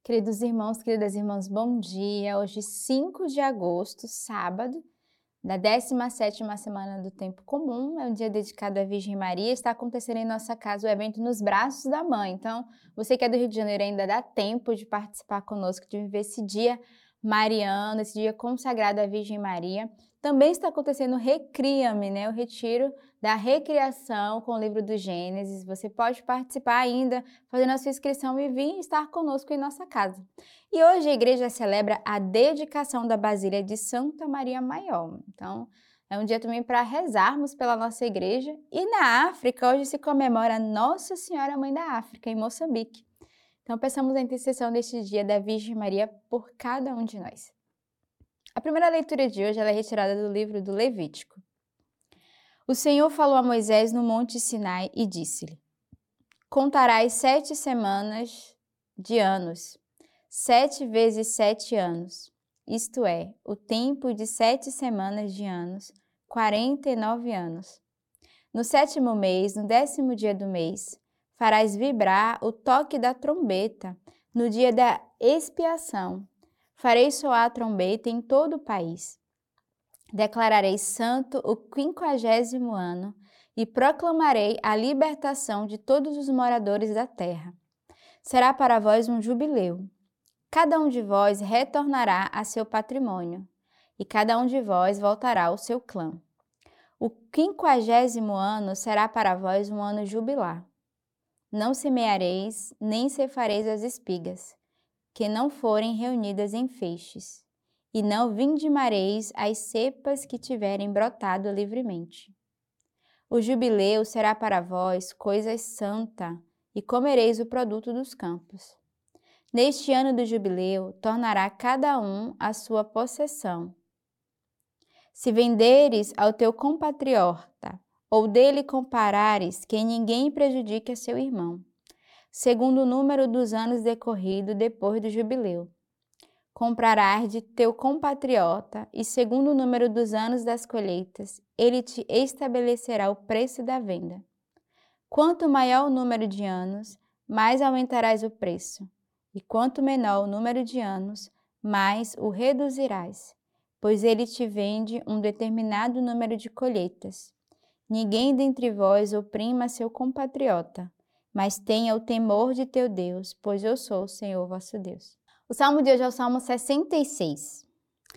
Queridos irmãos, queridas irmãs, bom dia. Hoje, 5 de agosto, sábado, da 17ª semana do Tempo Comum. É um dia dedicado à Virgem Maria. Está acontecendo em nossa casa o evento Nos Braços da Mãe. Então, você que é do Rio de Janeiro, ainda dá tempo de participar conosco, de viver esse dia mariano, esse dia consagrado à Virgem Maria. Também está acontecendo o Recria-me, né? O retiro da recriação com o livro do Gênesis. Você pode participar ainda, fazendo a sua inscrição e vir estar conosco em nossa casa. E hoje a igreja celebra a dedicação da Basílica de Santa Maria Maior. Então, é um dia também para rezarmos pela nossa igreja. E na África, hoje se comemora Nossa Senhora Mãe da África, em Moçambique. Então, peçamos a intercessão deste dia da Virgem Maria por cada um de nós. A primeira leitura de hoje ela é retirada do livro do Levítico. O Senhor falou a Moisés no monte Sinai e disse-lhe: Contarás 7 semanas de anos, 7 vezes 7 anos, isto é, o tempo de 7 semanas de anos, 49 anos. No 7º mês, no 10º dia do mês, farás vibrar o toque da trombeta no dia da expiação. Farei soar a trombeta em todo o país. Declararei santo o 50º ano e proclamarei a libertação de todos os moradores da terra. Será para vós um jubileu. Cada um de vós retornará a seu patrimônio, e cada um de vós voltará ao seu clã. O 50º ano será para vós um ano jubilar. Não semeareis, nem cefareis as espigas, que não forem reunidas em feixes, e não vindimareis as cepas que tiverem brotado livremente. O jubileu será para vós coisa santa, e comereis o produto dos campos. Neste ano do jubileu, tornará cada um a sua possessão. Se venderes ao teu compatriota, ou dele comparares, que ninguém prejudique a seu irmão, segundo o número dos anos decorrido depois do jubileu. Comprarás de teu compatriota, e segundo o número dos anos das colheitas, ele te estabelecerá o preço da venda. Quanto maior o número de anos, mais aumentarás o preço, e quanto menor o número de anos, mais o reduzirás, pois ele te vende um determinado número de colheitas. Ninguém dentre vós oprima seu compatriota, mas tenha o temor de teu Deus, pois eu sou o Senhor vosso Deus. O salmo de hoje é o Salmo 66.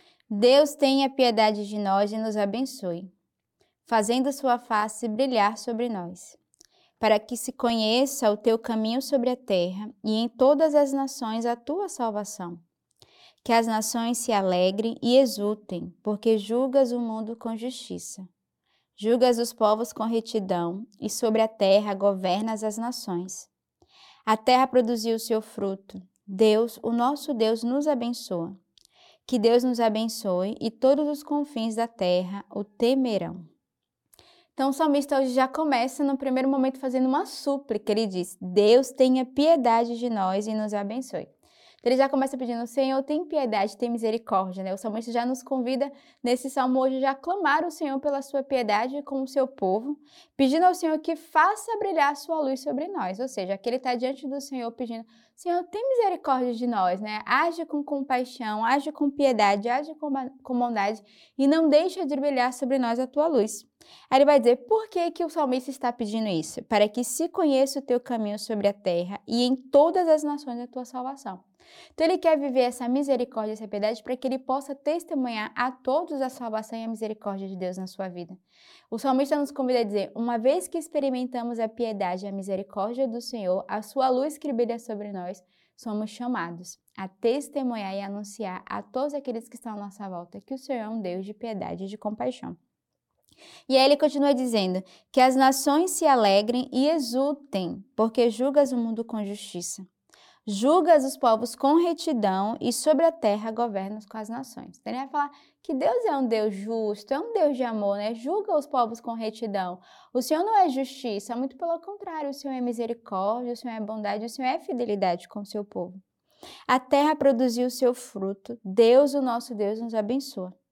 Deus tenha piedade de nós e nos abençoe, fazendo sua face brilhar sobre nós, para que se conheça o teu caminho sobre a terra e em todas as nações a tua salvação. Que as nações se alegrem e exultem, porque julgas o mundo com justiça. Julgas os povos com retidão, e sobre a terra governas as nações. A terra produziu o seu fruto. Deus, o nosso Deus, nos abençoa. Que Deus nos abençoe e todos os confins da terra o temerão. Então, o salmista hoje já começa no primeiro momento fazendo uma súplica. Ele diz: Deus tenha piedade de nós e nos abençoe. Ele já começa pedindo: Senhor, tem piedade, tem misericórdia, né? O salmista já nos convida nesse salmo hoje já a clamar o Senhor pela sua piedade com o seu povo, pedindo ao Senhor que faça brilhar a sua luz sobre nós. Ou seja, aqui ele está diante do Senhor pedindo: Senhor, tem misericórdia de nós, né? Age com compaixão, age com piedade, age com bondade e não deixa de brilhar sobre nós a tua luz. Aí ele vai dizer, por que o salmista está pedindo isso? Para que se conheça o teu caminho sobre a terra e em todas as nações a tua salvação. Então ele quer viver essa misericórdia, essa piedade, para que ele possa testemunhar a todos a salvação e a misericórdia de Deus na sua vida. O salmista nos convida a dizer, uma vez que experimentamos a piedade e a misericórdia do Senhor, a sua luz que brilha sobre nós, somos chamados a testemunhar e anunciar a todos aqueles que estão à nossa volta que o Senhor é um Deus de piedade e de compaixão. E aí ele continua dizendo que as nações se alegrem e exultem, porque julgas o mundo com justiça. Julgas os povos com retidão e sobre a terra governas com as nações. Então ele vai falar que Deus é um Deus justo, é um Deus de amor, né? Julga os povos com retidão. O Senhor não é justiça, muito pelo contrário, o Senhor é misericórdia, o Senhor é bondade, o Senhor é fidelidade com o seu povo. A terra produziu o seu fruto, Deus, o nosso Deus, nos abençoa.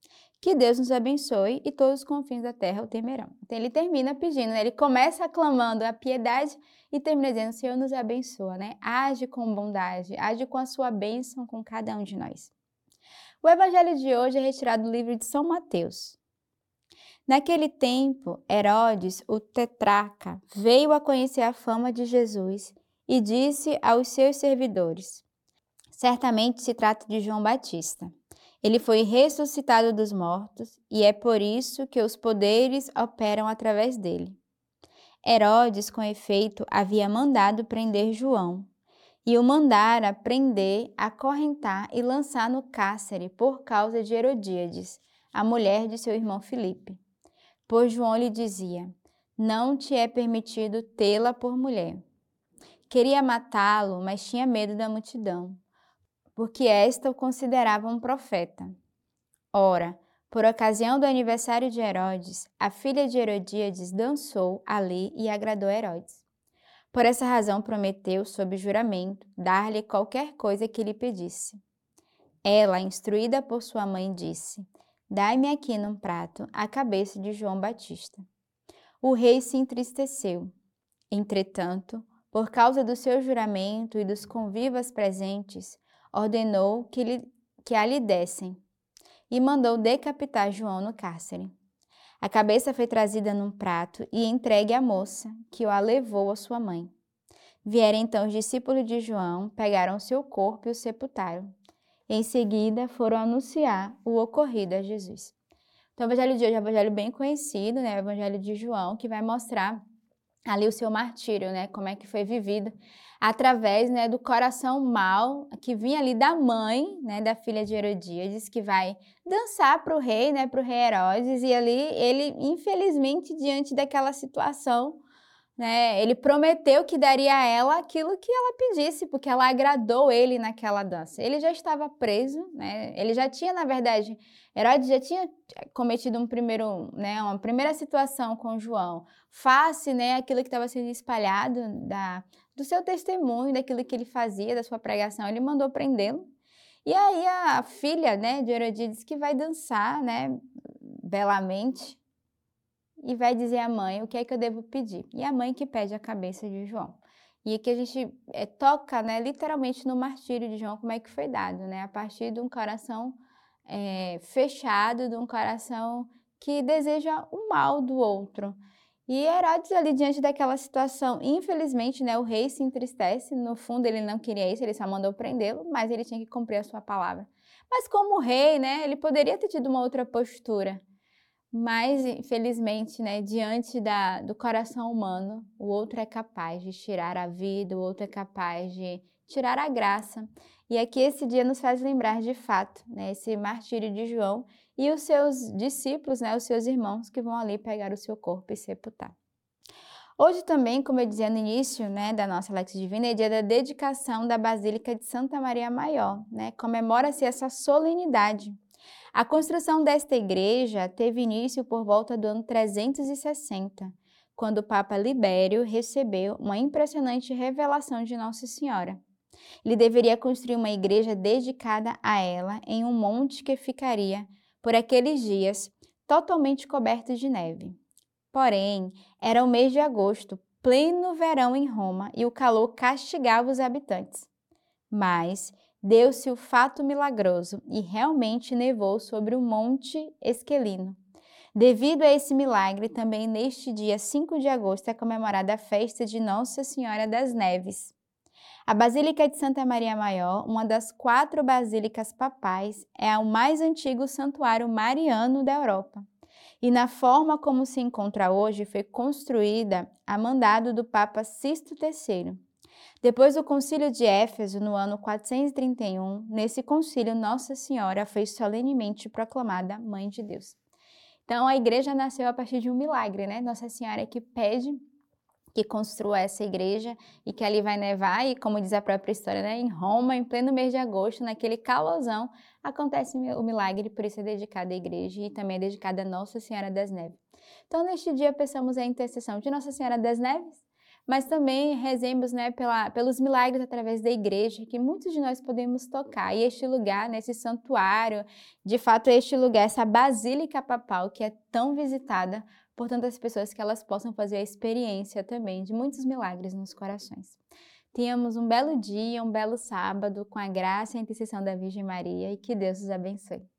Que Deus nos abençoe e todos os confins da terra o temerão. Então ele termina pedindo, né? Ele começa aclamando a piedade e termina dizendo, Senhor nos abençoa, né? Age com bondade, age com a sua bênção com cada um de nós. O evangelho de hoje é retirado do livro de São Mateus. Naquele tempo, Herodes, o tetrarca, veio a conhecer a fama de Jesus e disse aos seus servidores, certamente se trata de João Batista. Ele foi ressuscitado dos mortos e é por isso que os poderes operam através dele. Herodes, com efeito, havia mandado prender João e o mandara prender, acorrentar e lançar no cárcere por causa de Herodíades, a mulher de seu irmão Filipe. Pois João lhe dizia, não te é permitido tê-la por mulher. Queria matá-lo, mas tinha medo da multidão, porque esta o considerava um profeta. Ora, por ocasião do aniversário de Herodes, a filha de Herodíades dançou ali e agradou Herodes. Por essa razão prometeu, sob juramento, dar-lhe qualquer coisa que lhe pedisse. Ela, instruída por sua mãe, disse, dai-me aqui num prato a cabeça de João Batista. O rei se entristeceu. Entretanto, por causa do seu juramento e dos convivas presentes, ordenou que a lhe dessem e mandou decapitar João no cárcere. A cabeça foi trazida num prato e entregue à moça, que a levou à sua mãe. Vieram então os discípulos de João, pegaram seu corpo e o sepultaram. Em seguida, foram anunciar o ocorrido a Jesus. Então, o evangelho de hoje é um evangelho bem conhecido, né? O evangelho de João, que vai mostrar ali o seu martírio, né? Como é que foi vivido através, né, do coração mau que vinha ali da mãe, né, da filha de Herodíades, que vai dançar para o rei, né, para o rei Herodes, e ali ele, infelizmente, diante daquela situação, né, ele prometeu que daria a ela aquilo que ela pedisse, porque ela agradou ele naquela dança. Ele já estava preso, né, ele já tinha, na verdade, Herodes já tinha cometido uma primeira situação com João, face, né, aquilo que estava sendo espalhado do seu testemunho, daquilo que ele fazia, da sua pregação, ele mandou prendê-lo. E aí a filha, né, de Herodíades que vai dançar, né, belamente, e vai dizer à mãe o que é que eu devo pedir. E a mãe que pede a cabeça de João. E aqui a gente toca, né, literalmente no martírio de João, como é que foi dado, né, a partir de um coração fechado, de um coração que deseja o mal do outro. E Herodes ali diante daquela situação, infelizmente, né, o rei se entristece, no fundo ele não queria isso, ele só mandou prendê-lo, mas ele tinha que cumprir a sua palavra. Mas como rei, né, ele poderia ter tido uma outra postura, mas infelizmente, né, diante do coração humano, o outro é capaz de tirar a vida, o outro é capaz de tirar a graça. E aqui esse dia nos faz lembrar de fato, né, esse martírio de João, e os seus discípulos, né, os seus irmãos que vão ali pegar o seu corpo e sepultar. Hoje também, como eu dizia no início, né, da nossa Lex Divina, é dia da dedicação da Basílica de Santa Maria Maior, né, comemora-se essa solenidade. A construção desta igreja teve início por volta do ano 360, quando o Papa Libério recebeu uma impressionante revelação de Nossa Senhora. Ele deveria construir uma igreja dedicada a ela em um monte que ficaria por aqueles dias, totalmente coberto de neve. Porém, era o mês de agosto, pleno verão em Roma, e o calor castigava os habitantes. Mas deu-se o fato milagroso e realmente nevou sobre o Monte Esquilino. Devido a esse milagre, também neste dia 5 de agosto é comemorada a festa de Nossa Senhora das Neves. A Basílica de Santa Maria Maior, uma das 4 basílicas papais, é o mais antigo santuário mariano da Europa. E na forma como se encontra hoje, foi construída a mandado do Papa Sisto III. Depois do concílio de Éfeso, no ano 431, nesse concílio Nossa Senhora foi solenemente proclamada Mãe de Deus. Então a igreja nasceu a partir de um milagre, né? Nossa Senhora que pede que construa essa igreja e que ali vai nevar, e como diz a própria história, né, em Roma, em pleno mês de agosto, naquele calorzão, acontece o milagre, por isso é dedicada à igreja e também é dedicada a Nossa Senhora das Neves. Então, neste dia, peçamos a intercessão de Nossa Senhora das Neves mas também rezemos, né, pelos milagres através da igreja, que muitos de nós podemos tocar. E este lugar, né, esse santuário, de fato, este lugar, essa basílica papal que é tão visitada por tantas pessoas, que elas possam fazer a experiência também de muitos milagres nos corações. Tenhamos um belo dia, um belo sábado, com a graça e a intercessão da Virgem Maria, e que Deus os abençoe.